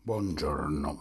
Buongiorno.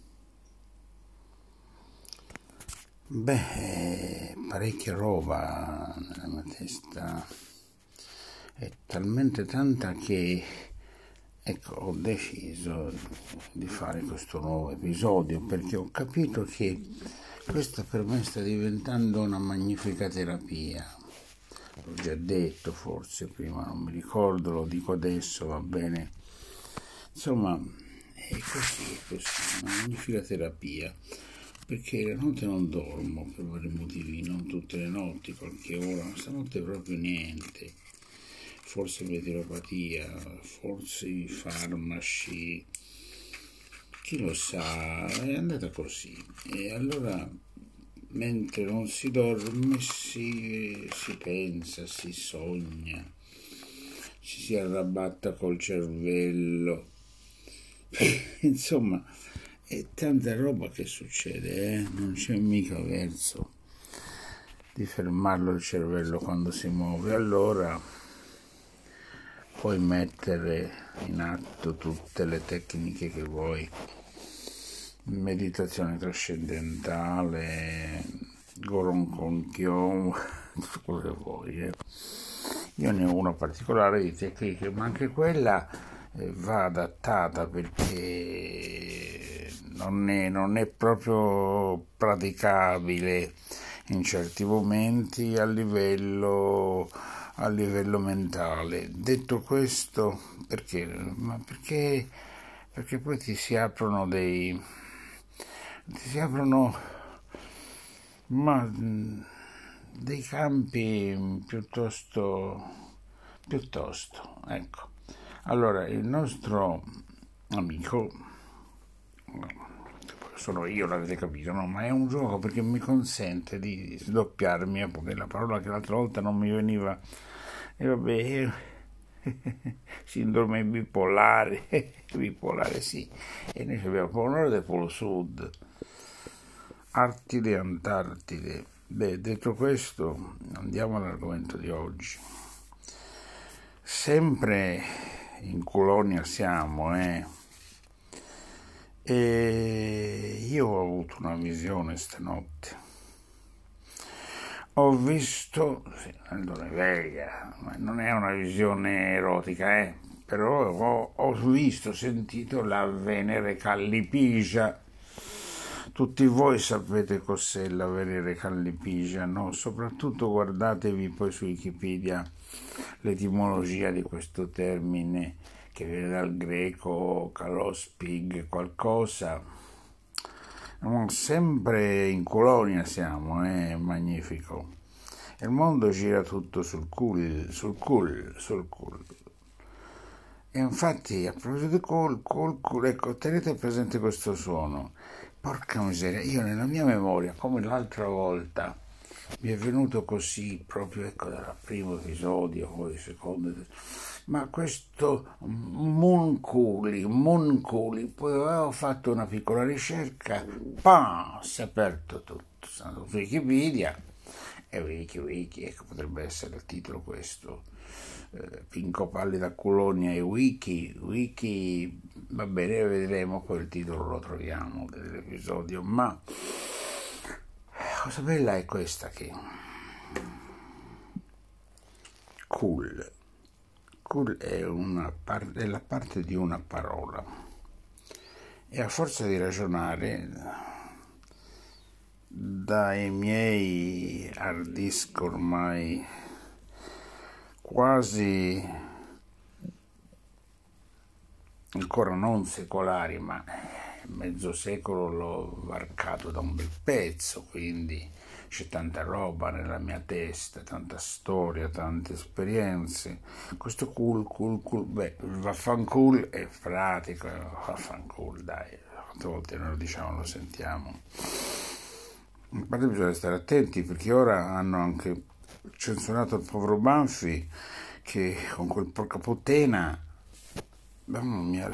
Parecchia roba nella mia testa, è talmente tanta che ho deciso di fare questo nuovo episodio perché ho capito che questa per me sta diventando una magnifica terapia. L'ho già detto forse prima, non mi ricordo, lo dico adesso, va bene. Insomma, è così, una magnifica terapia, perché la notte non dormo per vari motivi, non tutte le notti, qualche ora, ma stanotte proprio niente. Forse meteoropatia, forse i farmaci, chi lo sa, è andata così. E allora, mentre non si dorme, si pensa, si sogna, ci si arrabatta col cervello. Insomma, è tanta roba che succede, non c'è mica verso di fermarlo il cervello quando si muove. Allora puoi mettere in atto tutte le tecniche che vuoi, meditazione trascendentale, Goron Konkyō, tutto quello che vuoi. Io ne ho una particolare di tecniche, ma anche quella va adattata perché non è proprio praticabile in certi momenti a livello mentale. Detto questo, perché? Perché poi ti si aprono dei campi piuttosto, ecco. Allora, il nostro amico, sono io, l'avete capito, no? Ma è un gioco perché mi consente di sdoppiarmi, la parola che l'altra volta non mi veniva, e vabbè, sindrome bipolare, bipolare sì, e noi abbiamo Polo Nord e Polo Sud, Artide e Antartide. Detto questo, andiamo all'argomento di oggi. Sempre in colonia siamo, E io ho avuto una visione stanotte. Ho visto, sì, allora veglia, non è una visione erotica, però ho sentito la Venere Callipigia. Tutti voi sapete cos'è la Venere Callipigia, no? Soprattutto guardatevi poi su Wikipedia l'etimologia di questo termine che viene dal greco kalospig, qualcosa. Sempre in colonia siamo, è magnifico. Il mondo gira tutto sul cool. E infatti, a proposito di cool, ecco, tenete presente questo suono. Porca miseria, io nella mia memoria, come l'altra volta, mi è venuto così, proprio dal primo episodio, poi il secondo, ma questo Moonculi, poi avevo fatto una piccola ricerca, si è aperto tutto, sono andato su Wikipedia, e Wiki, ecco, potrebbe essere il titolo questo, Pinco Pallida Colonia e Wiki, va bene, vedremo, poi il titolo lo troviamo dell'episodio, ma la cosa bella è questa, che cool è la parte di una parola, e a forza di ragionare dai miei hard disk ormai quasi ancora non secolari, ma mezzo secolo l'ho varcato da un bel pezzo, quindi c'è tanta roba nella mia testa, tanta storia, tante esperienze. Questo cool, vaffancool è pratico, vaffancool, dai, quante volte noi lo diciamo, lo sentiamo. A parte bisogna stare attenti, perché ora hanno anche censurato il povero Banfi, che con quel porca puttana, mamma mia,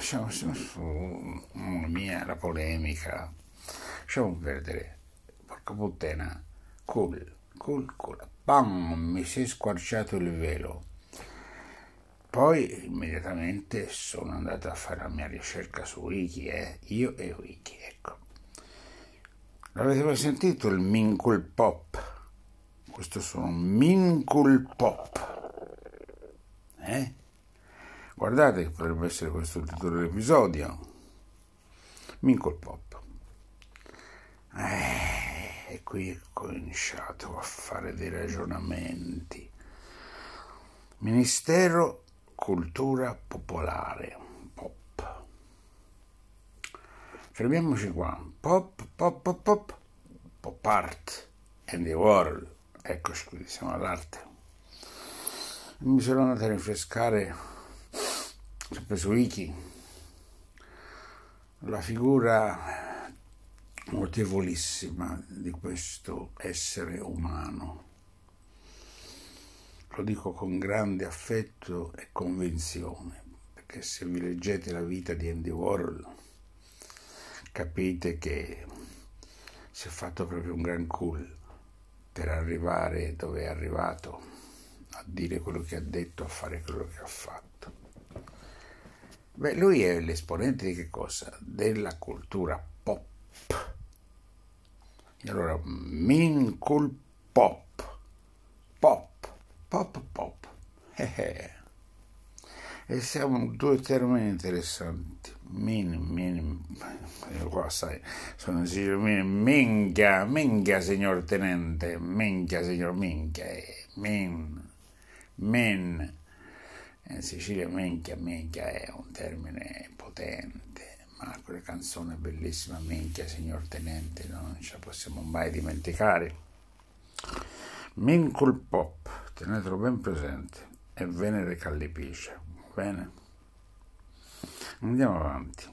la polemica, lasciamo perdere, porca puttana, cool, bam, mi si è squarciato il velo. Poi immediatamente sono andato a fare la mia ricerca su Wiki, io e Wiki, ecco. L'avete mai sentito il Minchul Pop? Questo sono Minchul Pop. Guardate che potrebbe essere questo il titolo dell'episodio. Minchul Pop. E qui ho cominciato a fare dei ragionamenti. Ministero Cultura Popolare. Pop. Fermiamoci qua. Pop, pop, pop, pop. Pop art and the world. Eccoci qui, siamo all'arte. Mi sono andato a rinfrescare, sempre su Wiki, la figura notevolissima di questo essere umano. Lo dico con grande affetto e convinzione, perché se vi leggete la vita di Andy Warhol capite che si è fatto proprio un gran culo per arrivare dove è arrivato, a dire quello che ha detto, a fare quello che ha fatto. Beh, lui è l'esponente di che cosa? Della cultura pop. E allora, Minchul Pop. Pop, pop, pop. E siamo due termini interessanti. Qua sai, sono sicuro, minchia, signor tenente, minchia, signor minchia, men. In Sicilia minchia è un termine potente, ma quella canzone bellissima, minchia, signor tenente, non ce la possiamo mai dimenticare. Minchul Pop, tenetelo ben presente, è Venere Callipicia. Bene, andiamo avanti.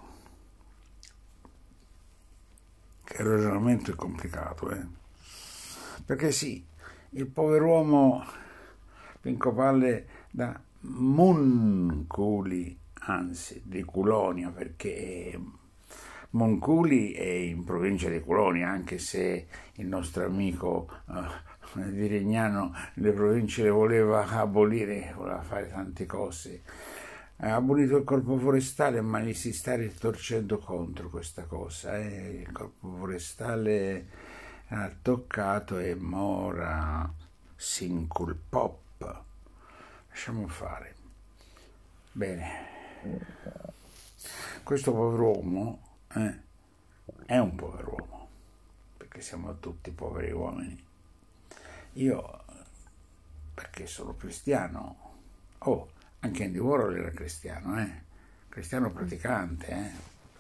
Che il ragionamento è complicato, perché sì, il pover'uomo Pinco Palle da Monculi, anzi di Culonia, perché Monculi è in provincia di Culonia, anche se il nostro amico di Regnano le province le voleva abolire, voleva fare tante cose. Ha abolito il corpo forestale, ma gli si sta ritorcendo contro questa cosa. Il corpo forestale ha toccato e mora Sinkhul Pop. Lasciamo fare. Bene. Questo pover'uomo è un pover'uomo, perché siamo tutti poveri uomini. Io, perché sono cristiano, anche Andy Warhol era cristiano, cristiano praticante,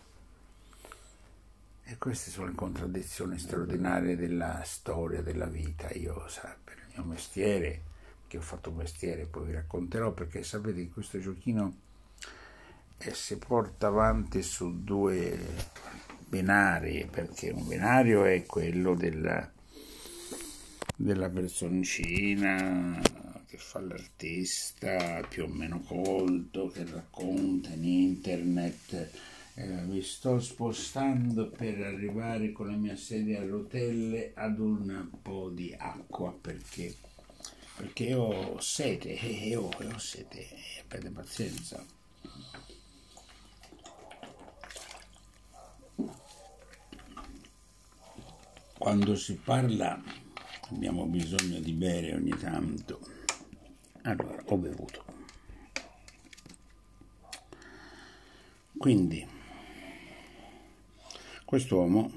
E queste sono le contraddizioni straordinarie della storia, della vita. Io, per il mio mestiere, che ho fatto un mestiere, poi vi racconterò, perché sapete che questo giochino si porta avanti su due binari, perché un binario è quello della personcina che fa l'artista più o meno colto, che racconta in internet, mi sto spostando per arrivare con la mia sedia a rotelle ad un po' di acqua perché ho sete, ho sete, avete pazienza. Quando si parla abbiamo bisogno di bere ogni tanto. Allora, ho bevuto. Quindi, quest'uomo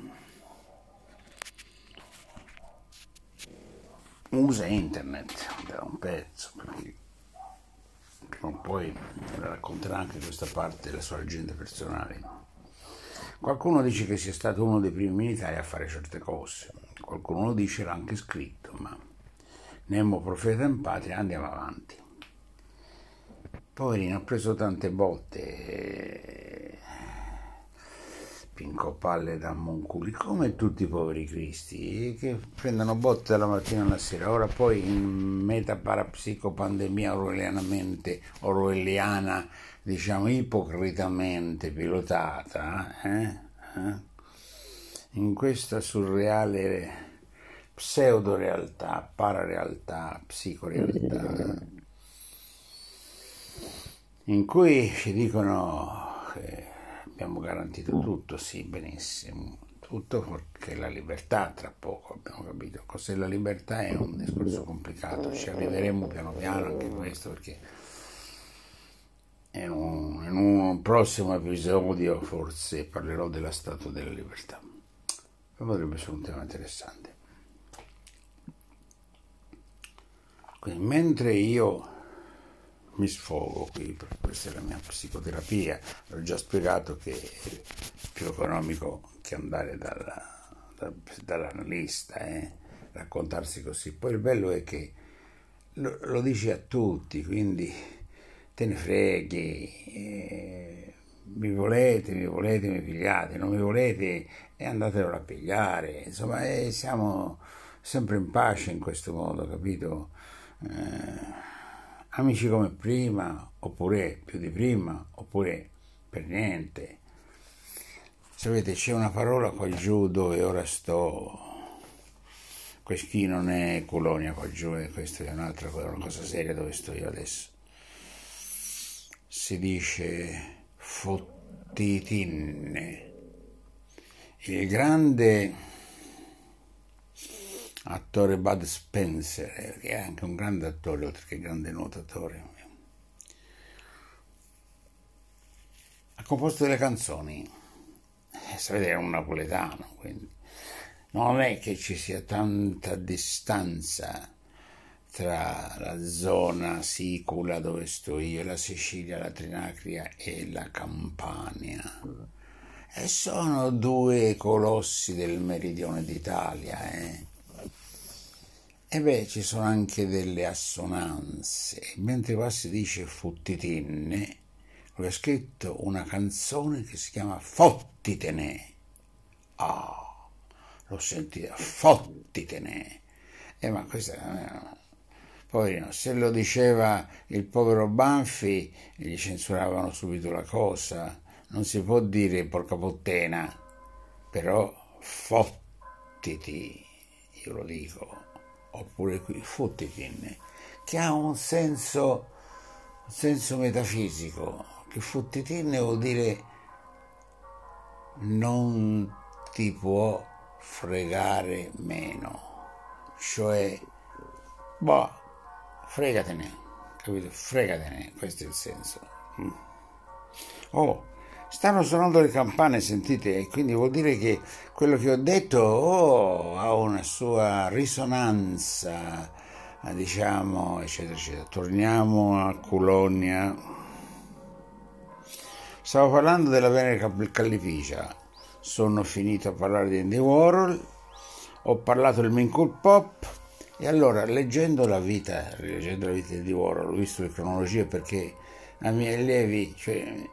usa internet da un pezzo, perché prima o poi racconterà anche questa parte della sua leggenda personale. Qualcuno dice che sia stato uno dei primi militari a fare certe cose, qualcuno lo dice, l'ha anche scritto, ma Nemo profeta in patria, andiamo avanti. Poverino, ha preso tante botte, Pinco Palle da Monculi, come tutti i poveri cristi, che prendono botte dalla mattina alla sera. Ora poi in metaparapsicopandemia orwelliana, diciamo ipocritamente pilotata, in questa surreale pseudo-realtà, pararealtà, psicorealtà, in cui ci dicono che abbiamo garantito tutto, sì, benissimo, tutto perché la libertà, tra poco abbiamo capito. Cos'è la libertà è un discorso complicato, ci arriveremo piano piano anche questo, perché in un prossimo episodio forse parlerò della Statua della Libertà. Potrebbe essere un tema interessante. Quindi, mentre io mi sfogo qui, perché questa è la mia psicoterapia, ho già spiegato che è più economico che andare dall'analista, raccontarsi così. Poi il bello è che lo dici a tutti, quindi te ne freghi, mi volete, mi pigliate, non mi volete e andatelo a pigliare, insomma, siamo sempre in pace in questo modo, capito? Amici come prima, oppure più di prima, oppure per niente. Sapete, c'è una parola qua giù dove ora sto, qui non è Colonia qua giù, e questa è un'altra cosa, una cosa seria dove sto io adesso. Si dice fottitinne. Il grande attore Bud Spencer, che è anche un grande attore oltre che grande nuotatore, ha composto delle canzoni. Sapete, è un napoletano, quindi non è che ci sia tanta distanza tra la zona sicula dove sto io, la Sicilia, la Trinacria e la Campania. E sono due colossi del meridione d'Italia, E beh, ci sono anche delle assonanze. Mentre qua si dice fottitinne, ho scritto una canzone che si chiama Fottitene. L'ho sentita, fottitene. Ma questa... Poverino, se lo diceva il povero Banfi, gli censuravano subito la cosa. Non si può dire porca puttana, però fottiti, io lo dico. Oppure qui fottitin, che ha un senso metafisico, che fottitin vuol dire non ti può fregare meno, cioè fregatene, capito? Fregatene, questo è il senso. Stanno suonando le campane, sentite, e quindi vuol dire che quello che ho detto ha una sua risonanza, diciamo, eccetera, eccetera. Torniamo a Colonia. Stavo parlando della Venere Callificia, sono finito a parlare di Andy Warhol, ho parlato del Mean Cool Pop, e allora, rileggendo la vita di Andy Warhol, ho visto le cronologie perché a miei allievi, cioè...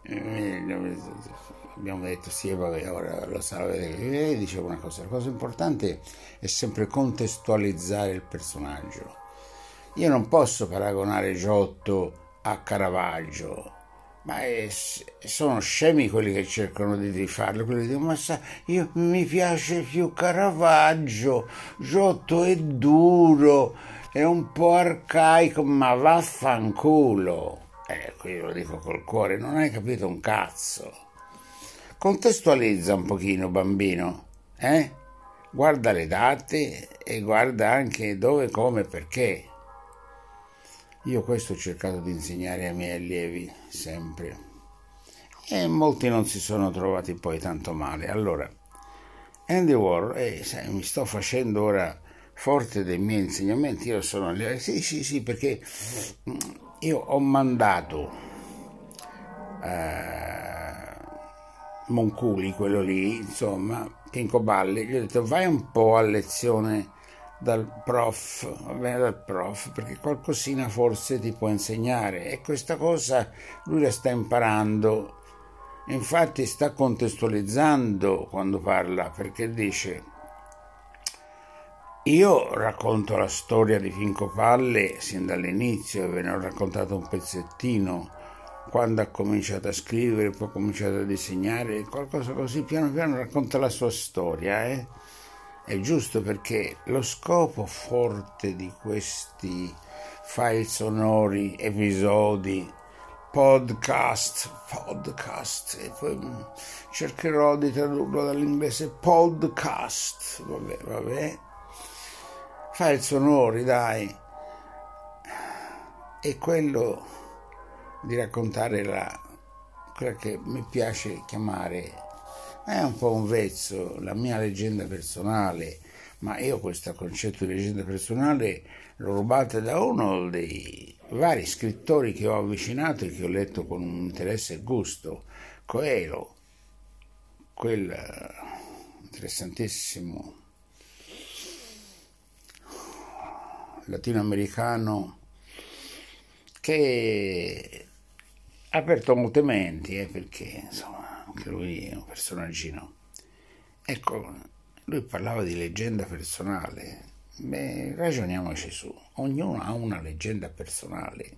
abbiamo detto sì, vabbè, ora lo sa, dicevo una cosa, la cosa importante è sempre contestualizzare il personaggio. Io non posso paragonare Giotto a Caravaggio, ma sono scemi quelli che cercano di farlo, quelli che dicono ma sa, mi piace più Caravaggio, Giotto è duro, è un po' arcaico, ma vaffanculo. Qui lo dico col cuore, non hai capito un cazzo. Contestualizza un pochino, bambino, Guarda le date e guarda anche dove, come, perché. Io questo ho cercato di insegnare ai miei allievi, sempre. E molti non si sono trovati poi tanto male. Allora, Andy Warhol, mi sto facendo ora forte dei miei insegnamenti, io sono lì, sì, perché... Io ho mandato Monculi, quello lì, insomma, Pinco Balli, gli ho detto vai un po' a lezione dal prof, perché qualcosina forse ti può insegnare, e questa cosa lui la sta imparando, infatti sta contestualizzando quando parla, perché dice... Io racconto la storia di Pinco Palle sin dall'inizio, ve ne ho raccontato un pezzettino quando ha cominciato a scrivere, poi ha cominciato a disegnare, qualcosa così, piano piano racconta la sua storia. È giusto, perché lo scopo forte di questi file sonori, episodi, podcast, e poi cercherò di tradurlo dall'inglese podcast, vabbè, fai il suo onore, dai, è quello di raccontare quella che mi piace chiamare, è un po' un vezzo, la mia leggenda personale, ma io questo concetto di leggenda personale l'ho rubato da uno dei vari scrittori che ho avvicinato e che ho letto con un interesse e gusto, Coelho, quel interessantissimo latinoamericano che ha aperto molte menti, perché insomma anche lui è un personaggino. Ecco, lui parlava di leggenda personale. Beh, ragioniamoci su, ognuno ha una leggenda personale.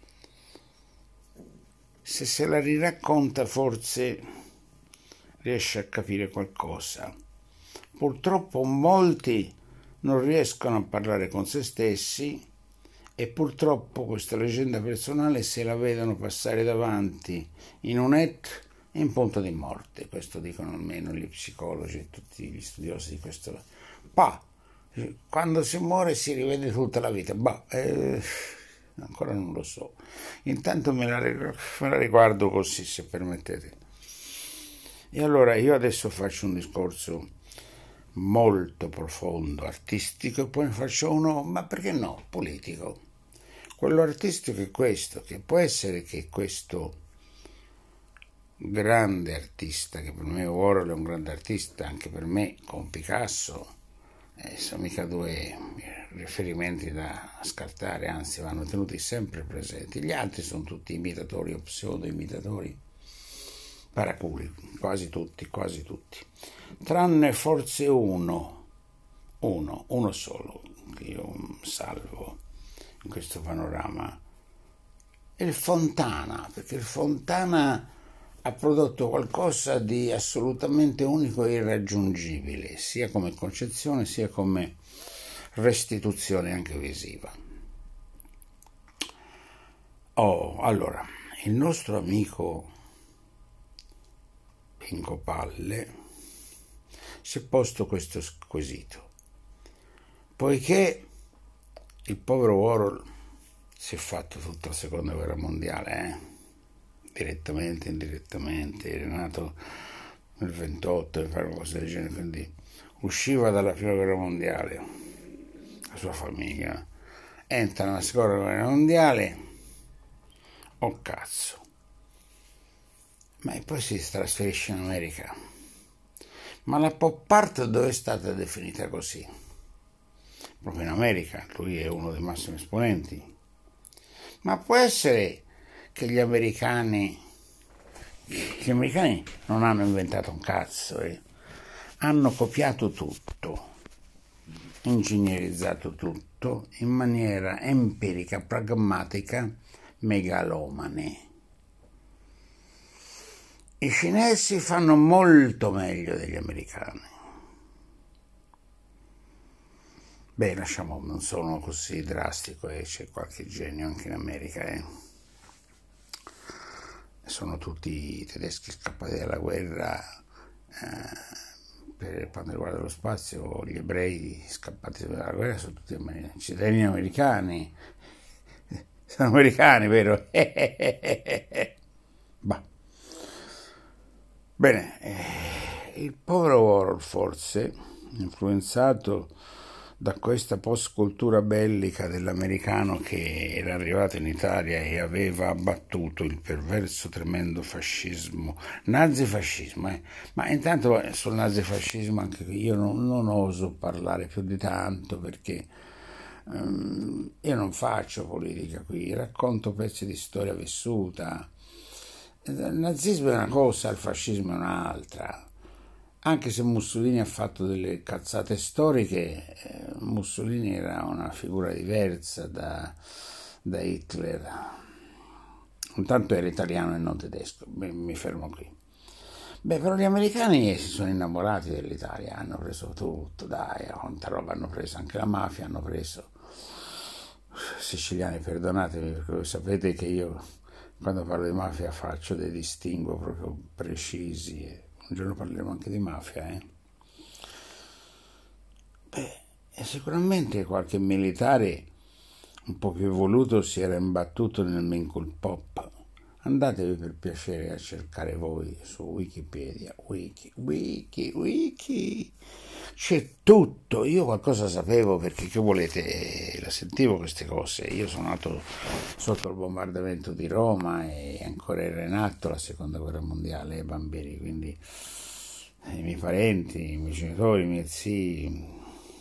Se la riracconta forse riesce a capire qualcosa. Purtroppo molti non riescono a parlare con se stessi e purtroppo questa leggenda personale se la vedono passare davanti in un in punto di morte. Questo dicono almeno gli psicologi e tutti gli studiosi di questo. Quando si muore si rivede tutta la vita. Ancora non lo so. Intanto me la riguardo così, se permettete. E allora io adesso faccio un discorso molto profondo, artistico, e poi ne faccio uno, ma perché no, politico. Quello artistico è questo, che può essere che questo grande artista, che per me Warhol è un grande artista, anche per me con Picasso, sono mica due riferimenti da scartare, anzi vanno tenuti sempre presenti. Gli altri sono tutti imitatori o pseudo-imitatori, paraculi, quasi tutti, tranne forse uno solo, che io salvo in questo panorama, il Fontana, perché il Fontana ha prodotto qualcosa di assolutamente unico e irraggiungibile, sia come concezione sia come restituzione anche visiva. Allora, il nostro amico Pinco Palle si è posto questo quesito: poiché il povero Warhol si è fatto tutta la seconda guerra mondiale, direttamente, indirettamente, era nato nel 28, qualcosa del genere, quindi usciva dalla prima guerra mondiale, la sua famiglia entra nella seconda guerra mondiale, cazzo, ma poi si trasferisce in America. Ma la pop art dove è stata definita così? Proprio in America, lui è uno dei massimi esponenti. Ma può essere che gli americani non hanno inventato un cazzo, hanno copiato tutto, ingegnerizzato tutto in maniera empirica, pragmatica, megalomane. I cinesi fanno molto meglio degli americani. Lasciamo, non sono così drastico, c'è qualche genio anche in America, Sono tutti tedeschi scappati dalla guerra, per quanto riguarda lo spazio, gli ebrei scappati dalla guerra sono tutti cittadini americani. Sono americani, vero? Bene, il povero Warhol forse, influenzato da questa post-cultura bellica dell'americano che era arrivato in Italia e aveva abbattuto il perverso tremendo fascismo, nazifascismo, ma intanto sul nazifascismo anche io non oso parlare più di tanto, perché io non faccio politica qui, racconto pezzi di storia vissuta. Il nazismo è una cosa, il fascismo è un'altra. Anche se Mussolini ha fatto delle cazzate storiche, Mussolini era una figura diversa da Hitler. Intanto era italiano e non tedesco, mi fermo qui. Però gli americani si sono innamorati dell'Italia, hanno preso tutto, dai, quanta roba hanno preso, anche la mafia hanno preso. Siciliani, perdonatemi, perché voi sapete che io quando parlo di mafia faccio dei distinguo proprio precisi. Un giorno parleremo anche di mafia, E sicuramente qualche militare un po' più evoluto si era imbattuto nel Minkle Pop. Andatevi per piacere a cercare voi su Wikipedia, wiki, c'è tutto. Io qualcosa sapevo, perché che volete, la sentivo queste cose. Io sono nato sotto il bombardamento di Roma e ancora era in atto la seconda guerra mondiale ai bambini, quindi i miei parenti, i miei genitori, i miei zii,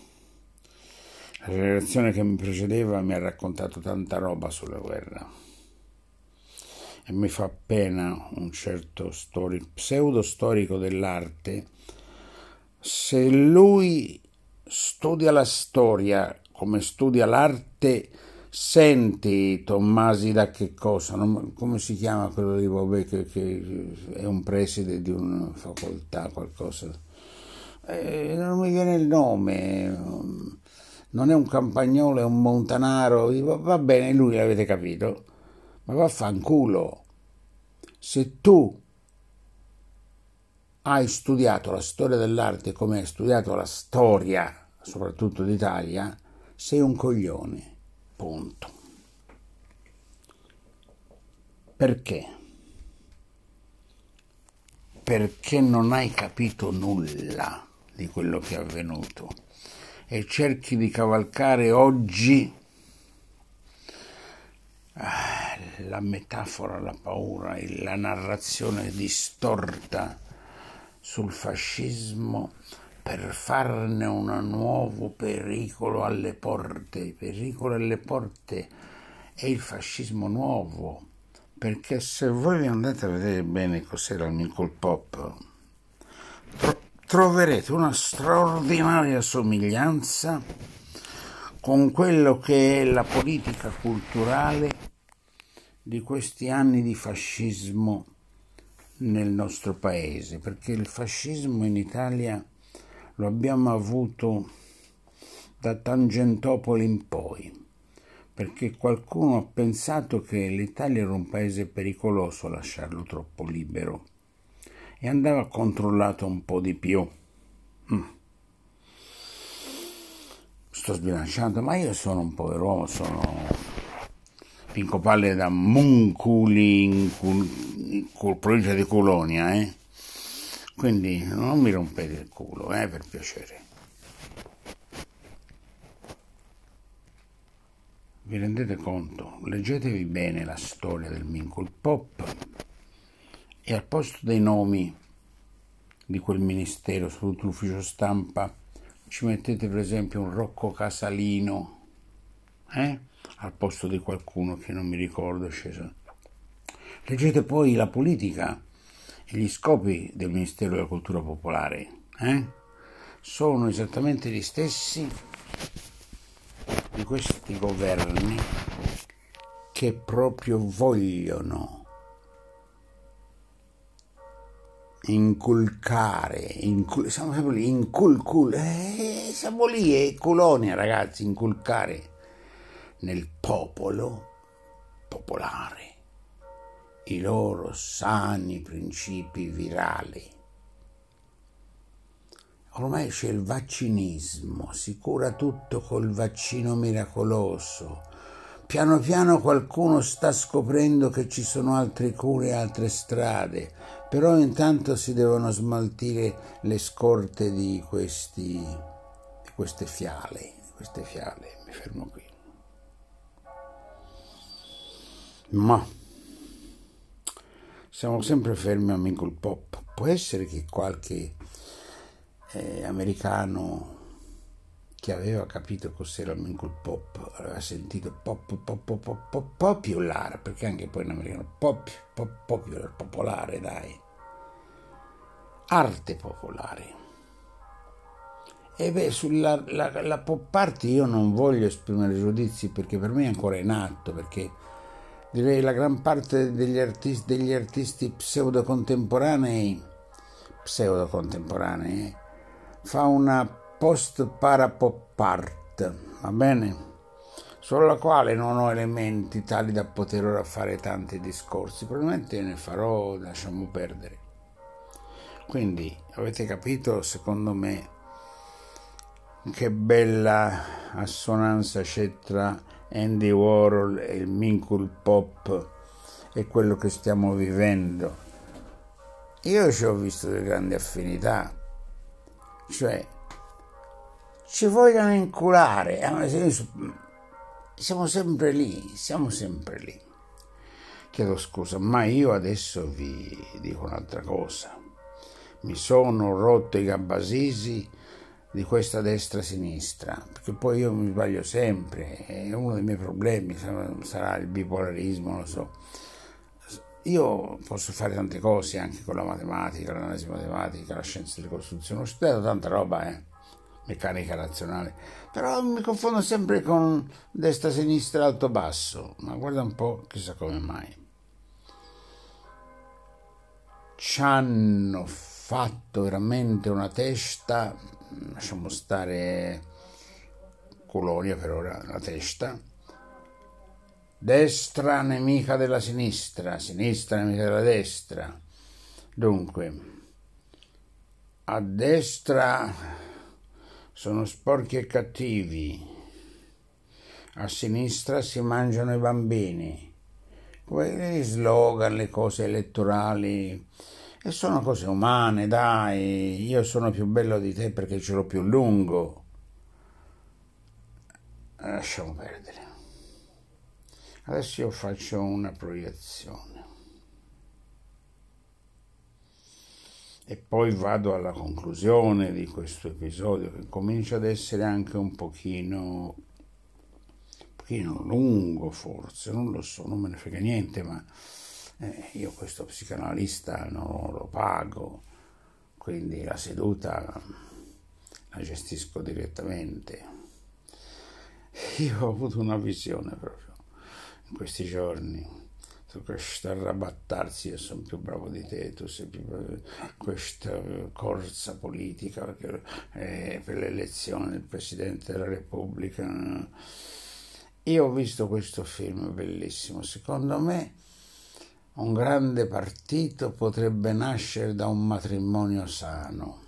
la generazione che mi precedeva mi ha raccontato tanta roba sulla guerra. E mi fa pena un certo pseudo storico dell'arte, se lui studia la storia come studia l'arte. Senti Tommasi da che cosa, come si chiama quello lì, vabbè, che è un preside di una facoltà, qualcosa, non mi viene il nome, non è un Campagnolo, è un Montanaro, va bene, lui l'avete capito, ma vaffanculo. Se tu hai studiato la storia dell'arte come hai studiato la storia, soprattutto d'Italia, sei un coglione, punto. Perché? Perché non hai capito nulla di quello che è avvenuto e cerchi di cavalcare oggi la metafora, la paura, la narrazione distorta sul fascismo per farne un nuovo pericolo alle porte. Il pericolo alle porte è il fascismo nuovo, perché se voi andate a vedere bene cos'era il Minkle Pop, troverete una straordinaria somiglianza con quello che è la politica culturale di questi anni di fascismo nel nostro paese, perché il fascismo in Italia lo abbiamo avuto da Tangentopoli in poi, perché qualcuno ha pensato che l'Italia era un paese pericoloso lasciarlo troppo libero e andava controllato un po' di più. Sto sbilanciando, ma io sono un pover'uomo, sono Pinco Palle da Munculi in provincia di Colonia, quindi non mi rompete il culo, per piacere. Vi rendete conto? Leggetevi bene la storia del Minkle Pop e al posto dei nomi di quel ministero, soprattutto l'ufficio stampa, ci mettete per esempio un Rocco Casalino, al posto di qualcuno che non mi ricordo. Leggete poi la politica e gli scopi del Ministero della Cultura Popolare, sono esattamente gli stessi di questi governi che proprio vogliono inculcare, siamo sempre lì, siamo lì, è colonia, ragazzi, inculcare nel popolo popolare i loro sani principi virali. Ormai c'è il vaccinismo, si cura tutto col vaccino miracoloso. Piano piano qualcuno sta scoprendo che ci sono altre cure e altre strade, però intanto si devono smaltire le scorte di queste fiale. Mi fermo qui. Ma siamo sempre fermi a Minkle Pop. Può essere che qualche americano che aveva capito cos'era il Minkle Pop aveva sentito popular, perché anche poi in americano popular, popolare, dai, arte popolare. E sulla la pop art io non voglio esprimere giudizi, perché per me è ancora in atto, perché direi la gran parte degli artisti pseudo-contemporanei fa una post-para pop art, va bene? sulla quale non ho elementi tali da poter ora fare tanti discorsi. Probabilmente ne farò, lasciamo perdere. Quindi avete capito, secondo me, che bella assonanza c'è tra Andy Warhol e il Minkle Pop e quello che stiamo vivendo. Io ci ho visto delle grandi affinità, cioè ci vogliono inculare, siamo sempre lì. Chiedo scusa, ma io adesso vi dico un'altra cosa. Mi sono rotto i gabbasisi di questa destra-sinistra, perché poi io mi sbaglio sempre, è uno dei miei problemi, sarà il bipolarismo, non lo so. Io posso fare tante cose anche con la matematica, l'analisi matematica, la scienza della costruzione, ho studiato tanta roba, meccanica razionale, però mi confondo sempre con destra-sinistra, alto-basso, ma guarda un po', chissà come mai. Ci hanno fatto veramente una testa, lasciamo stare Colonia per ora, la testa, destra nemica della sinistra, sinistra nemica della destra. Dunque, a destra sono sporchi e cattivi, a sinistra si mangiano i bambini. Quegli slogan, le cose elettorali, e sono cose umane, dai, io sono più bello di te perché ce l'ho più lungo. Lasciamo perdere. Adesso io faccio una proiezione e poi vado alla conclusione di questo episodio, che comincia ad essere anche un pochino lungo, forse, non lo so, non me ne frega niente, ma io questo psicanalista non lo pago, quindi la seduta la gestisco direttamente. Io ho avuto una visione proprio in questi giorni su questo arrabattarsi, io sono più bravo di te, tu sei più bravo, questa corsa politica per l'elezione del Presidente della Repubblica. Io ho visto questo film bellissimo, secondo me un grande partito potrebbe nascere da un matrimonio sano.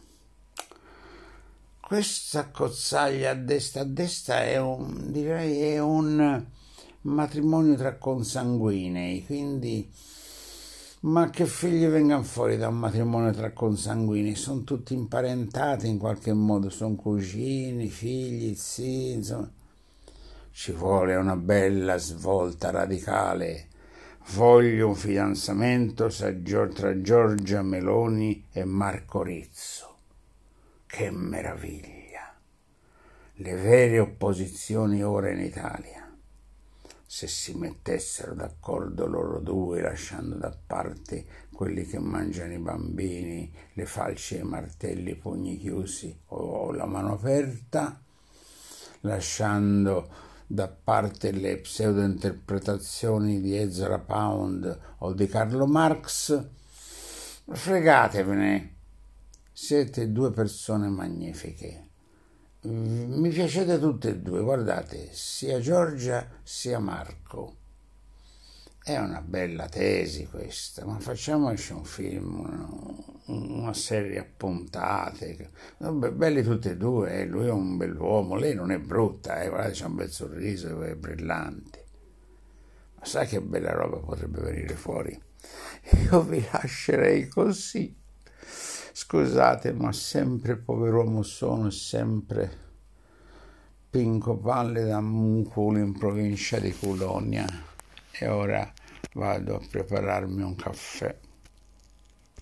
Questa cozzaglia a destra è un matrimonio tra consanguinei, quindi ma che figli vengano fuori da un matrimonio tra consanguinei? Sono tutti imparentati in qualche modo, sono cugini, figli, zii, insomma. Ci vuole una bella svolta radicale. Voglio un fidanzamento tra Giorgia Meloni e Marco Rizzo. Che meraviglia! Le vere opposizioni ora in Italia, se si mettessero d'accordo loro due, lasciando da parte quelli che mangiano i bambini, le falci e i martelli, i pugni chiusi o la mano aperta, lasciando da parte le pseudo-interpretazioni di Ezra Pound o di Carlo Marx, fregatevene, siete due persone magnifiche, mi piacete tutte e due, guardate, sia Giorgia sia Marco. È una bella tesi questa, ma facciamoci un film, una serie a puntate, belli tutti e due, lui è un bell'uomo, lei non è brutta, guardate, c'ha un bel sorriso, è brillante, ma sai che bella roba potrebbe venire fuori? Io vi lascerei così, scusate, ma sempre pover'uomo sono, sempre Pinco Palle da Muculo in provincia di Colonia. E ora vado a prepararmi un caffè.